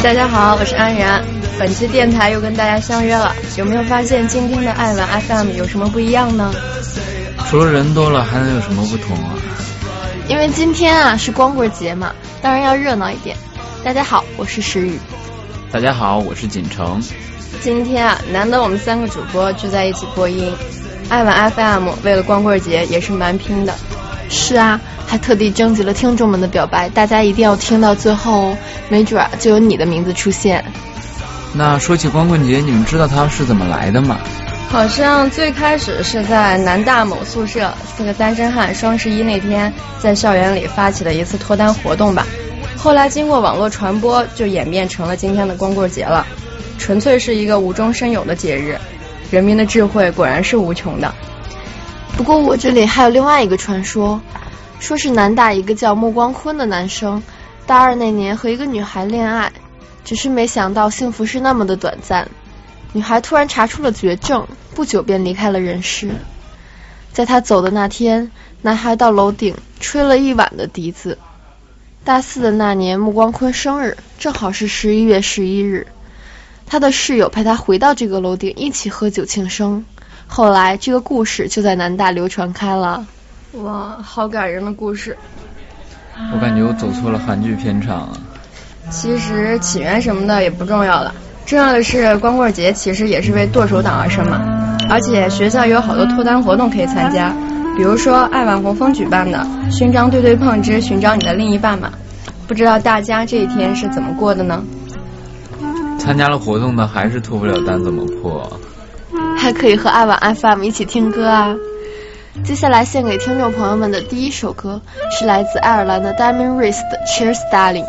大家好，我是安然。本期电台又跟大家相约了，有没有发现今天的爱晚 FM 有什么不一样呢？ 除了人多了还能有什么不同啊？ 因为今天是光棍节嘛，当然要热闹一点。大家好，我是石宇。 大家好，我是锦城。 今天难得我们3个主播聚在一起播音，爱晚 FM 为了光棍节也是蛮拼的。是啊，还特地征集了听众们的表白，大家一定要听到最后哦，没准就有你的名字出现。 那说起光棍节，你们知道它是怎么来的吗？ 好像最开始是在南大某宿舍，4个单身汉双11那天在校园里发起了一次脱单活动吧。后来经过网络传播，就演变成了今天的光棍节了。纯粹是一个无中生有的节日，人民的智慧果然是无穷的。不过我这里还有另外一个传说，说是南大一个叫穆光坤的男生，大2那年和一个女孩恋爱，只是没想到幸福是那么的短暂。女孩突然查出了绝症，不久便离开了人世。在他走的那天，男孩到楼顶吹了一晚的笛子。大4的那年，穆光坤生日正好是11月11日，他的室友陪他回到这个楼顶一起喝酒庆生。后来这个故事就在南大流传开了。哇，好感人的故事。 我感觉我走错了韩剧片场啊。 其实起源什么的也不重要了，重要的是光棍节其实也是为剁手党而生嘛。而且学校有好多脱单活动可以参加，比如说爱晚红枫举办的勋章对对碰之寻找你的另一半嘛。不知道大家这一天是怎么过的呢？ 参加了活动的还是脱不了单，怎么破？ 还可以和爱晚 FM 一起听歌啊。接下来献给听众朋友们的第一首歌是来自爱尔兰的 Damien Rice 的 Cheers Darling。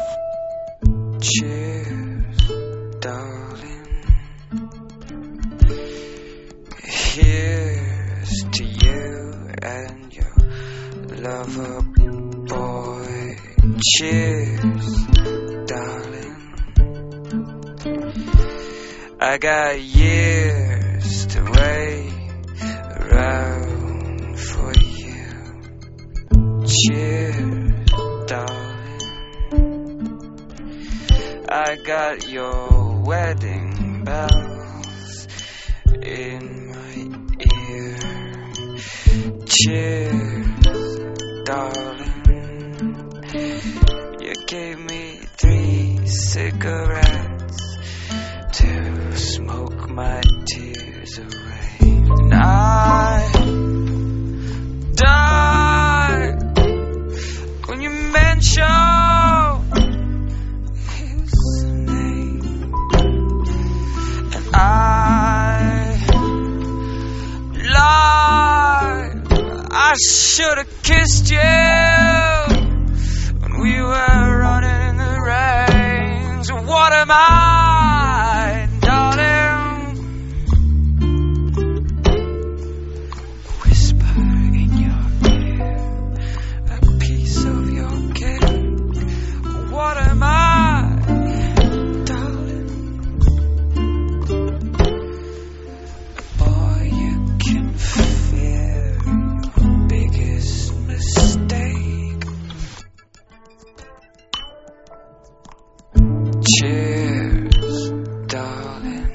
Cheers darling, here's to you and your lover boy. Cheers darling, I got years to wait around for you. Cheers darling, I got your wedding bells in my ear. Cheers darling, you gave me 3 cigarettes to smoke my tears away. And I died when you mentioned his name. And I lied, I should have kissed you when we were running in the rain. So what am I, darling? Whisper in your ear a piece of your cake. What am I, darling? A boy you can fear, your biggest mistake. Cheers, darling,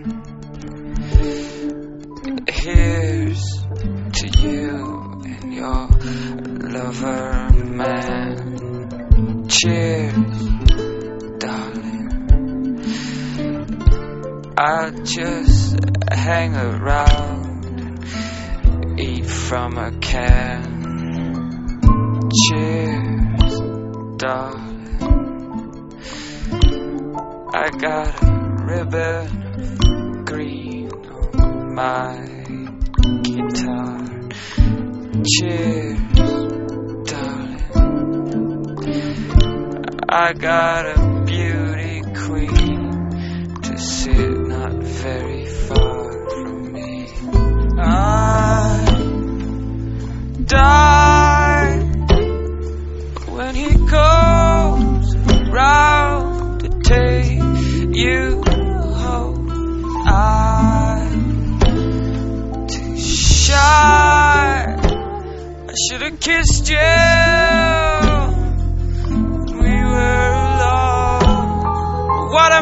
here's to you and your lover man. Cheers, darling, I'll just hang around and eat from a can. Cheers, darling, I got a ribbon of green on my guitar. Cheers, darling, I got a beauty queen to sit not very far from me. I die when he goes around to take you home. I'm too shy, I should have kissed you when we were alone. What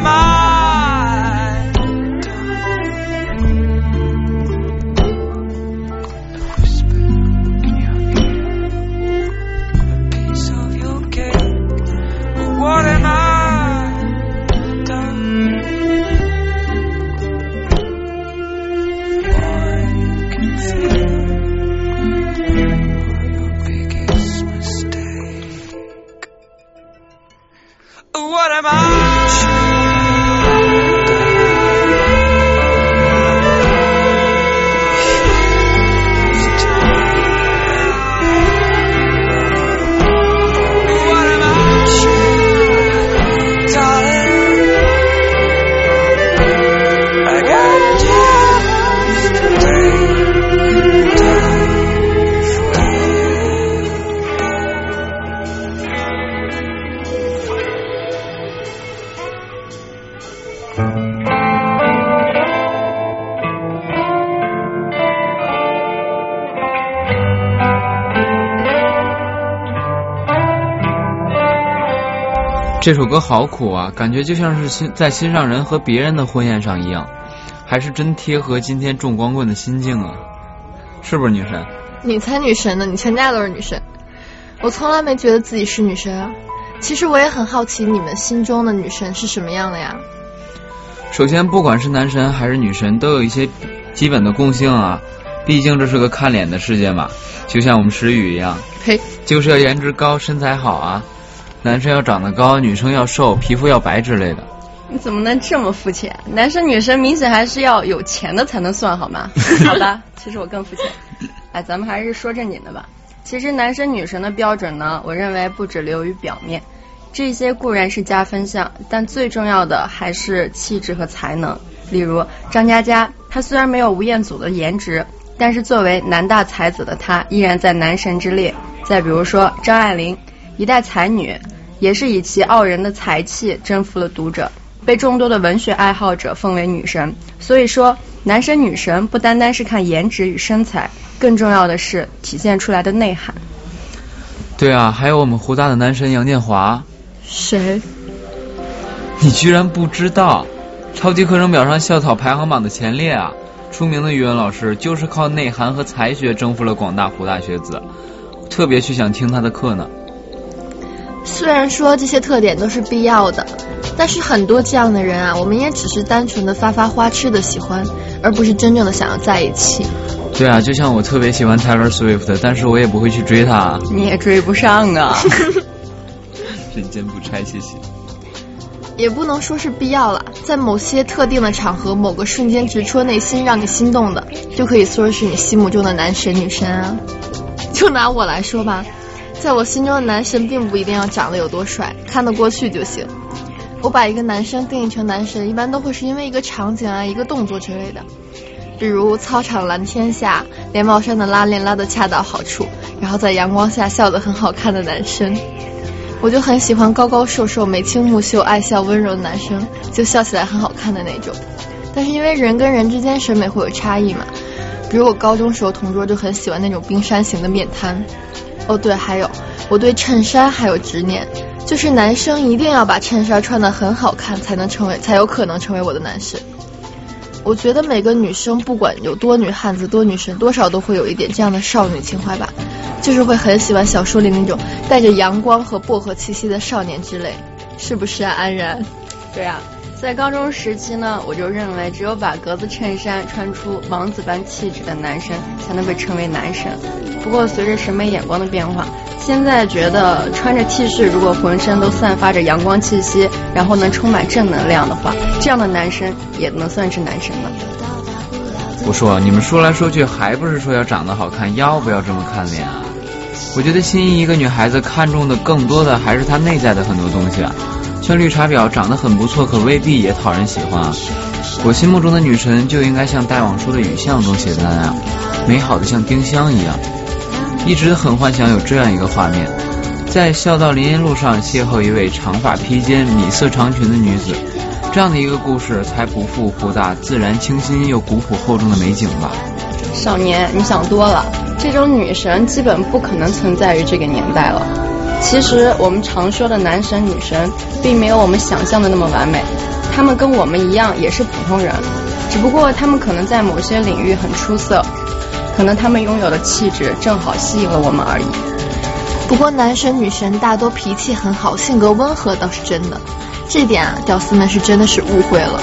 这首歌好苦啊，感觉就像是在心上人和别人的婚宴上一样，还是真贴合今天种光棍的心境啊，是不是女神？ 你才女神呢，你全家都是女神。我从来没觉得自己是女神啊。其实我也很好奇你们心中的女神是什么样的呀。 首先不管是男神还是女神都有一些基本的共性啊，毕竟这是个看脸的世界嘛，就像我们石宇一样， 呸， 就是要颜值高身材好啊，男生要长得高，女生要瘦，皮肤要白之类的。 你怎么能这么肤浅？男生女生明显还是要有钱的才能算好吗？好吧，其实我更肤浅。哎，咱们还是说正经的吧。其实男神女神的标准呢，我认为不只流于表面，这些固然是加分项，但最重要的还是气质和才能。例如张嘉佳，她虽然没有吴彦祖的颜值，但是作为男大才子的她依然在男神之列。再比如说张爱玲，一代才女，也是以其傲人的才气征服了读者，被众多的文学爱好者奉为女神。所以说男神女神不单单是看颜值与身材，更重要的是体现出来的内涵。 对啊，还有我们湖大的男神杨建华。 谁？ 你居然不知道？超级课程表上校草排行榜的前列啊！出名的语文老师就是靠内涵和才学征服了广大湖大学子，特别去想听他的课呢。 虽然说这些特点都是必要的，但是很多这样的人啊，我们也只是单纯的发花痴的喜欢，而不是真正的想要在一起。 对啊，就像我特别喜欢 Taylor Swift， 但是我也不会去追他。 你也追不上啊。 人间不拆，谢谢。 也不能说是必要了，在某些特定的场合，某个瞬间直戳内心让你心动的，就可以说是你心目中的男神女神啊。就拿我来说吧，在我心中的男神并不一定要长得有多帅，看得过去就行。我把一个男生定义成男神，一般都会是因为一个场景啊，一个动作之类的，比如操场蓝天下，连帽衫的拉链拉得恰到好处，然后在阳光下笑得很好看的男生。我就很喜欢高高瘦瘦眉清目秀爱笑温柔的男生，就笑起来很好看的那种。但是因为人跟人之间审美会有差异嘛，比如我高中时候同桌就很喜欢那种冰山型的面瘫。哦对，还有我对衬衫还有执念，就是男生一定要把衬衫穿得很好看才有可能成为我的男神。我觉得每个女生不管有多女汉子多女神，多少都会有一点这样的少女情怀吧，就是会很喜欢小说里那种带着阳光和薄荷气息的少年之类，是不是啊安然？ 对啊，在高中时期呢，我就认为只有把格子衬衫穿出王子般气质的男生才能被称为男神。不过随着审美眼光的变化，现在觉得穿着 T 恤如果浑身都散发着阳光气息，然后能充满正能量的话，这样的男生也能算是男神了。 我说你们说来说去还不是说要长得好看，要不要这么看脸啊？我觉得心仪一个女孩子看重的更多的还是她内在的很多东西啊。像绿茶婊长得很不错，可未必也讨人喜欢啊。我心目中的女神就应该像戴往书的雨巷中写的那样，美好的像丁香一样。一直很幻想有这样一个画面，在孝道林荫路上邂逅一位长发披肩米色长裙的女子，这样的一个故事才不负湖大自然清新又古朴厚重的美景吧。 少年，你想多了，这种女神基本不可能存在于这个年代了。其实我们常说的男神女神并没有我们想象的那么完美，他们跟我们一样也是普通人，只不过他们可能在某些领域很出色，可能他们拥有的气质正好吸引了我们而已。 不过男神女神大多脾气很好，性格温和倒是真的，这点啊，屌丝们是真的是误会了。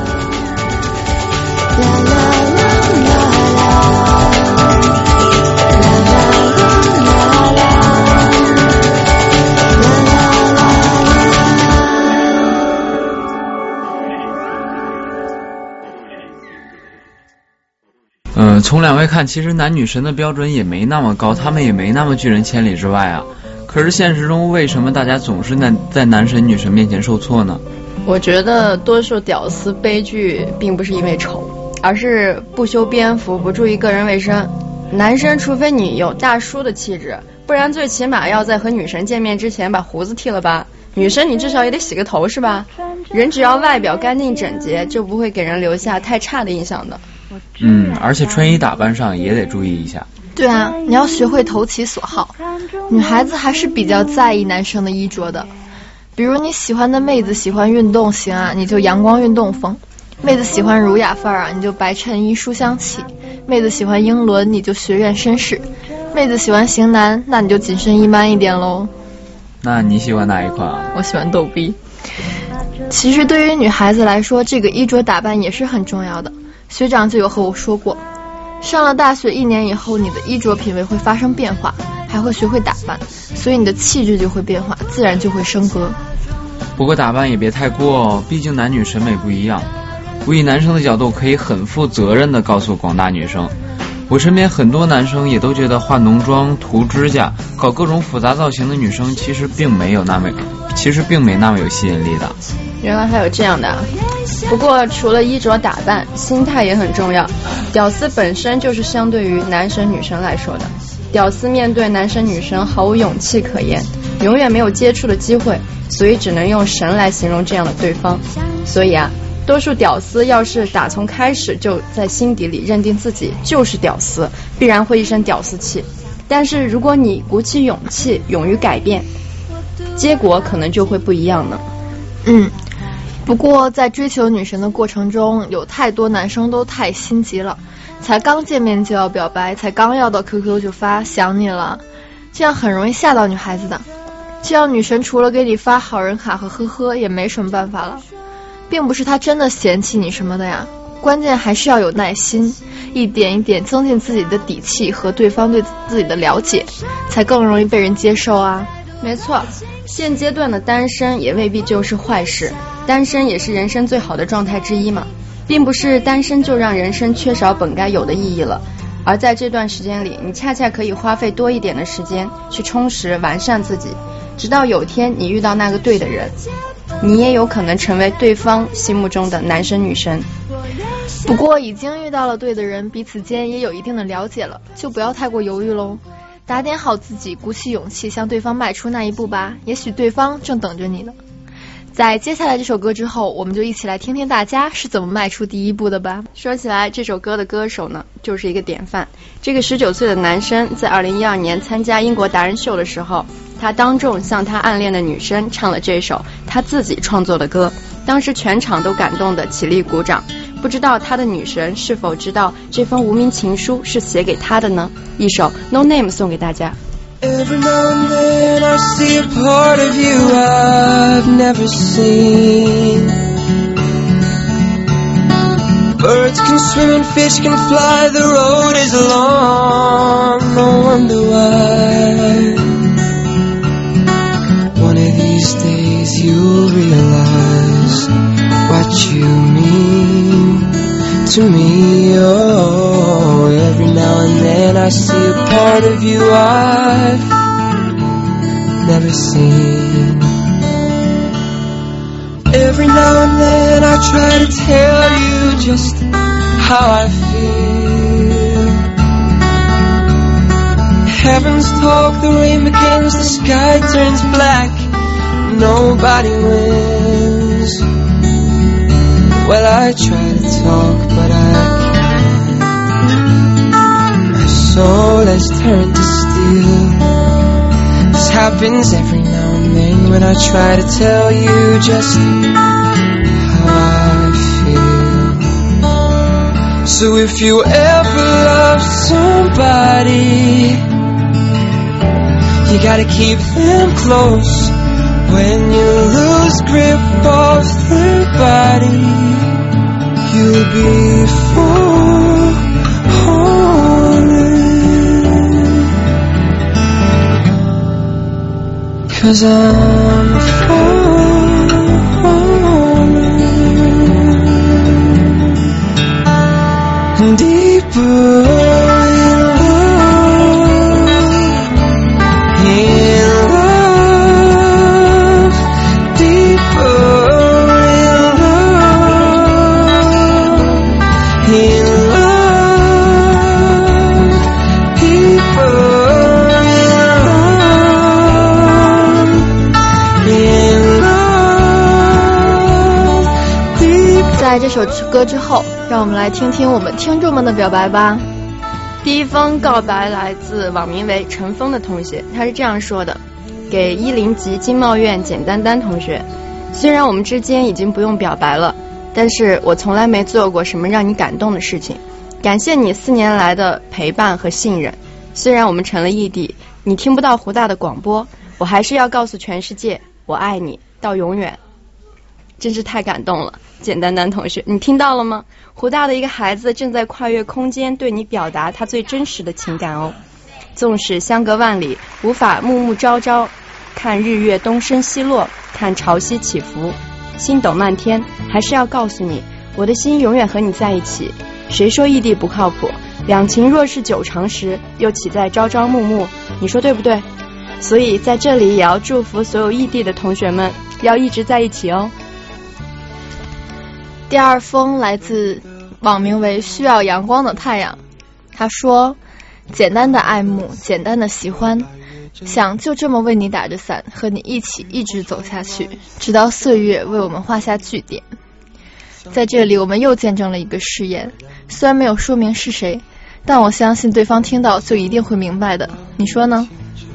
从两位看，其实男女神的标准也没那么高，他们也没那么拒人千里之外啊。可是现实中为什么大家总是在男神女神面前受挫呢？ 我觉得多数屌丝悲剧并不是因为丑，而是不修边幅，不注意个人卫生。男生除非你有大叔的气质，不然最起码要在和女神见面之前把胡子剃了吧， 女生你至少也得洗个头是吧？人只要外表干净整洁，就不会给人留下太差的印象的。 而且穿衣打扮上也得注意一下。 对啊，你要学会投其所好。女孩子还是比较在意男生的衣着的，比如你喜欢的妹子喜欢运动型啊，你就阳光运动风；妹子喜欢儒雅范儿啊，你就白衬衣书香气；妹子喜欢英伦，你就学院绅士；妹子喜欢型男，那你就紧身衣 man 一点喽。 那你喜欢哪一款啊？ 我喜欢逗逼。其实对于女孩子来说，这个衣着打扮也是很重要的。学长就有和我说过，上了大学1年以后，你的衣着品味会发生变化，还会学会打扮，所以你的气质就会变化，自然就会升格。 不过打扮也别太过哦，毕竟男女审美不一样。我以男生的角度可以很负责任地告诉广大女生，我身边很多男生也都觉得化浓妆、涂指甲、搞各种复杂造型的女生其实并没那么有吸引力的。 原来还有这样的啊！不过除了衣着打扮，心态也很重要。屌丝本身就是相对于男生女生来说的，屌丝面对男生女生毫无勇气可言，永远没有接触的机会，所以只能用神来形容这样的对方。所以啊，多数屌丝要是打从开始就在心底里认定自己就是屌丝，必然会一身屌丝气。但是如果你鼓起勇气，勇于改变，结果可能就会不一样呢。 不过在追求女神的过程中，有太多男生都太心急了，才刚见面就要表白，才刚要到 QQ 就发想你了，这样很容易吓到女孩子的。这样女神除了给你发好人卡和呵呵也没什么办法了，并不是她真的嫌弃你什么的呀，关键还是要有耐心，一点一点增进自己的底气和对方对自己的了解，才更容易被人接受啊。 没错，现阶段的单身也未必就是坏事，单身也是人生最好的状态之一嘛，并不是单身就让人生缺少本该有的意义了，而在这段时间里，你恰恰可以花费多一点的时间去充实完善自己，直到有天你遇到那个对的人，你也有可能成为对方心目中的男神女神。 不过已经遇到了对的人，彼此间也有一定的了解了，就不要太过犹豫喽，打点好自己，鼓起勇气向对方迈出那一步吧，也许对方正等着你呢。在接下来这首歌之后，我们就一起来听听大家是怎么迈出第一步的吧。 说起来，这首歌的歌手呢，就是一个典范。这个19岁的男生在2012年参加英国达人秀的时候，他当众向他暗恋的女生唱了这首他自己创作的歌，当时全场都感动的起立鼓掌。不知道他的女神是否知道这封无名情书是写给他的呢？一首 No Name 送给大家。 Every now and then I see a part of you I've never seen. Birds can swim and fish can fly, the road is long, no wonder why. One of these days you'll realize what you mean to me. Oh, every now and then I see a part of you I've never seen. Every now and then I try to tell you just how I feel. Heavens talk, the rain begins, the sky turns black, nobody wins. Well, I try to talk, but I can't. My soul has turned to steel. This happens every now and then when I try to tell you just how I feel. So if you ever love somebody, you gotta keep them close. When you lose grip of their body, you'll be falling. 'Cause I'm falling deeper. 在这首歌之后，让我们来听听我们听众们的表白吧。 第一封告白来自网名为陈峰的同学，他是这样说的：给10级经贸院简丹丹同学，虽然我们之间已经不用表白了，但是我从来没做过什么让你感动的事情，感谢你4年来的陪伴和信任。虽然我们成了异地，你听不到湖大的广播，我还是要告诉全世界，我爱你到永远。真是太感动了，简丹丹同学，你听到了吗？湖大的一个孩子正在跨越空间对你表达他最真实的情感哦。纵使相隔万里，无法暮暮朝朝，看日月东升西落，看潮汐起伏，星斗漫天，还是要告诉你，我的心永远和你在一起。谁说异地不靠谱？两情若是久长时，又岂在朝朝暮暮？你说对不对？所以在这里也要祝福所有异地的同学们，要一直在一起哦。 第二封来自网名为需要阳光的太阳，他说：简单的爱慕，简单的喜欢，想就这么为你打着伞，和你一起一直走下去，直到岁月为我们画下句点。在这里我们又见证了一个誓言，虽然没有说明是谁，但我相信对方听到就一定会明白的，你说呢？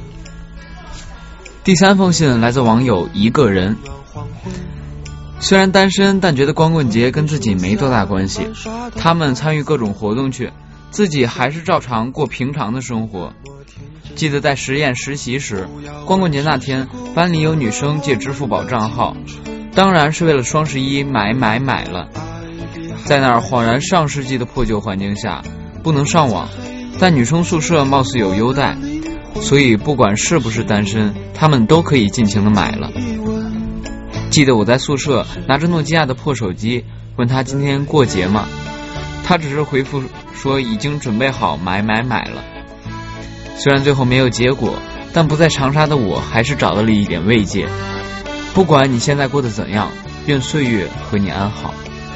第三封信来自网友一个人，虽然单身，但觉得光棍节跟自己没多大关系，他们参与各种活动去，自己还是照常过平常的生活。记得在实验实习时，光棍节那天，班里有女生借支付宝账号，当然是为了双11买了。在那儿恍然上世纪的破旧环境下，不能上网，但女生宿舍貌似有优待，所以不管是不是单身，他们都可以尽情的买了。记得我在宿舍拿着诺基亚的破手机，问他今天过节吗？他只是回复说已经准备好买了。虽然最后没有结果，但不在长沙的我还是找到了一点慰藉。不管你现在过得怎样，愿岁月和你安好。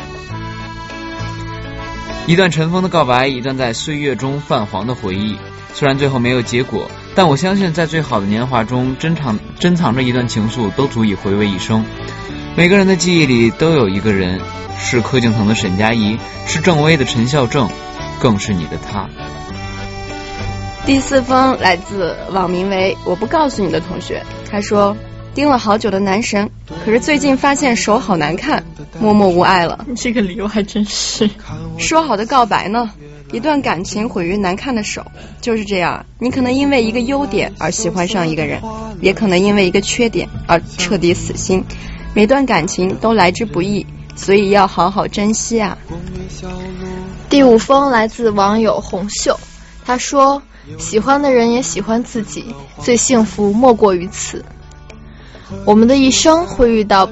一段尘封的告白，一段在岁月中泛黄的回忆。虽然最后没有结果，但我相信在最好的年华中珍藏着一段情愫，都足以回味一生。每个人的记忆里都有一个人，是柯敬腾的沈佳宜，是郑薇的陈孝正，更是你的他。 第4封来自网名为我不告诉你的同学，他说：盯了好久的男神，可是最近发现手好难看，默默无爱了。 这个理由还真是。 说好的告白呢？一段感情毁于难看的手，就是这样。你可能因为一个优点而喜欢上一个人，也可能因为一个缺点而彻底死心。每段感情都来之不易，所以要好好珍惜啊。 第5封来自网友红秀，他说：喜欢的人也喜欢自己，最幸福莫过于此。我们的一生会遇到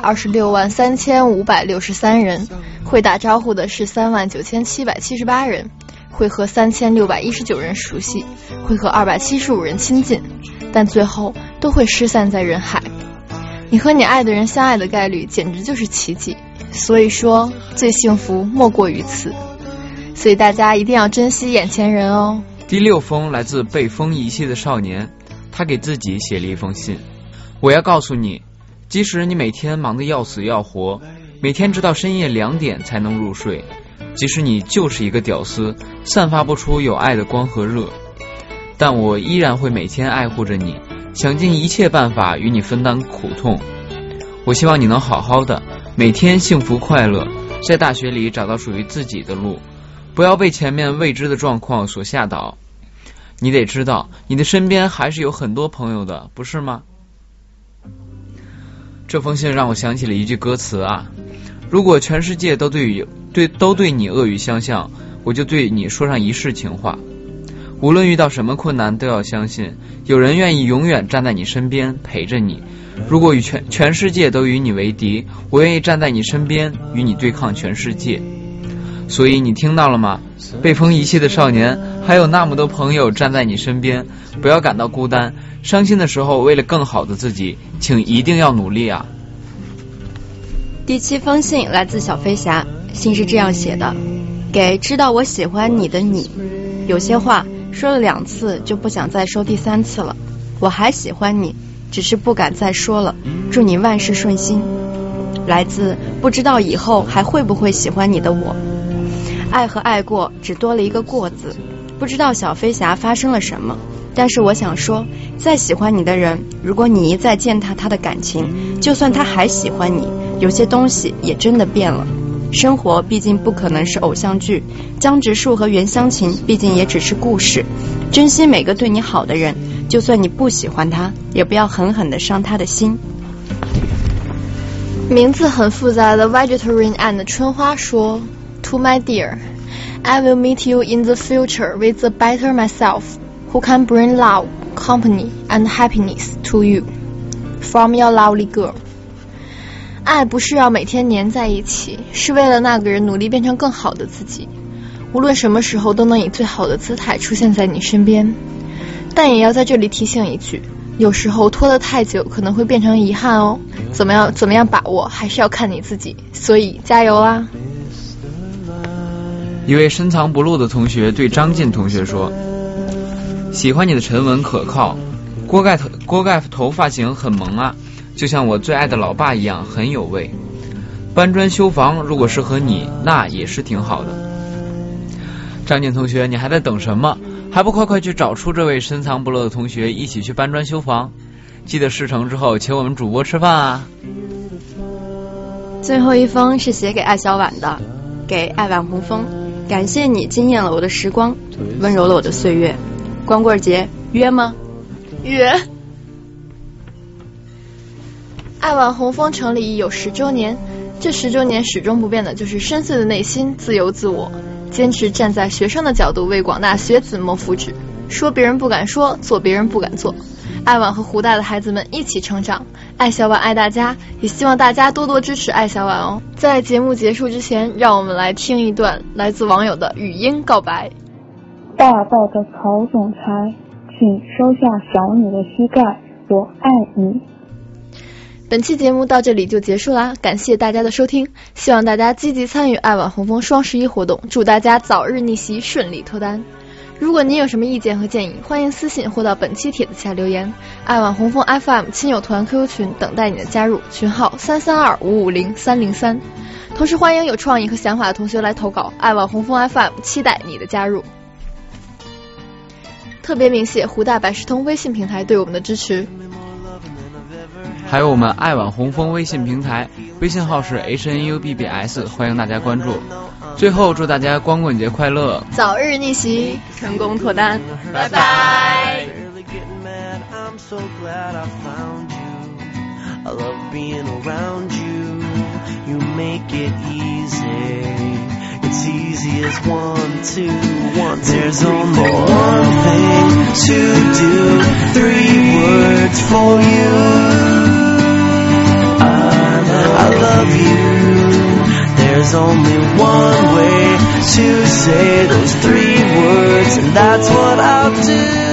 8263563人，会打招呼的是39778人，会和3619人熟悉，会和275人亲近，但最后都会失散在人海。你和你爱的人相爱的概率简直就是奇迹，所以说最幸福莫过于此。所以大家一定要珍惜眼前人哦。 第6封来自被风遗弃的少年，他给自己写了一封信。我要告诉你，即使你每天忙得要死要活，每天直到深夜2点才能入睡，即使你就是一个屌丝，散发不出有爱的光和热，但我依然会每天爱护着你，想尽一切办法与你分担苦痛。我希望你能好好的，每天幸福快乐，在大学里找到属于自己的路，不要被前面未知的状况所吓倒。你得知道，你的身边还是有很多朋友的，不是吗？这封信让我想起了一句歌词啊，如果全世界都对你恶语相向，我就对你说上一世情话。无论遇到什么困难，都要相信有人愿意永远站在你身边陪着你。如果全世界都与你为敌，我愿意站在你身边与你对抗全世界。所以你听到了吗？被风遗弃的少年，还有那么多朋友站在你身边，不要感到孤单。伤心的时候，为了更好的自己，请一定要努力啊。 第7封信来自小飞侠，信是这样写的：给知道我喜欢你的你，有些话说了2次就不想再说第3次了。我还喜欢你，只是不敢再说了。祝你万事顺心。 来自不知道以后还会不会喜欢你的我。爱和爱过只多了一个过字，不知道小飞侠发生了什么，但是我想说，再喜欢你的人，如果你一再践踏他的感情，就算他还喜欢你，有些东西也真的变了。生活毕竟不可能是偶像剧，江直树和袁湘琴毕竟也只是故事。珍惜每个对你好的人，就算你不喜欢他，也不要狠狠地伤他的心。 名字很复杂的 Vegetarian and 春花说 To my dear, I will meet you in the future with a better myself who can bring love, company and happiness to you. From your lovely girl. 爱不是要每天黏在一起，是为了那个人努力变成更好的自己，无论什么时候都能以最好的姿态出现在你身边。但也要在这里提醒一句，有时候拖得太久可能会变成遗憾哦，怎么样把握还是要看你自己，所以加油啦。 一位深藏不露的同学对张晋同学说，喜欢你的沉稳可靠，锅盖头发型很萌啊，就像我最爱的老爸一样很有味。搬砖修房如果适合你，那也是挺好的。张晋同学，你还在等什么？还不快去找出这位深藏不露的同学，一起去搬砖修房。记得事成之后请我们主播吃饭啊。 最后一封是写给艾小婉的，给爱晚红枫，感谢你惊艳了我的时光，温柔了我的岁月。光棍节约吗？ 约。爱晚红枫成立已有10周年，这10周年始终不变的就是深邃的内心，自由自我，坚持站在学生的角度为广大学子谋福祉，说别人不敢说，做别人不敢做。爱晚和湖大的孩子们一起成长，爱小婉爱大家，也希望大家多多支持爱小婉哦。在节目结束之前，让我们来听一段来自网友的语音告白。 大大的曹总裁，请收下小女的膝盖，我爱你。 本期节目到这里就结束啦，感谢大家的收听，希望大家积极参与爱晚红枫双11活动，祝大家早日逆袭，顺利脱单。如果您有什么意见和建议，欢迎私信或到本期帖子下留言。爱晚红枫 FM 亲友团 QQ 群等待你的加入，群号332550303。同时欢迎有创意和想法的同学来投稿，爱晚红枫 FM 期待你的加入。特别鸣谢湖大百事通微信平台对我们的支持， 还有我们爱晚红枫微信平台，微信号是 HNUBBS， 欢迎大家关注。最后祝大家光棍节快乐， 早日逆袭， 成功脱单， 拜拜。 I love being around you, you make it easy, it's easy as 1, 2, 1, 2, there's only one thing to do, 3 words for you, I love you, there's only one way to say those 3 words, and that's what I'll do.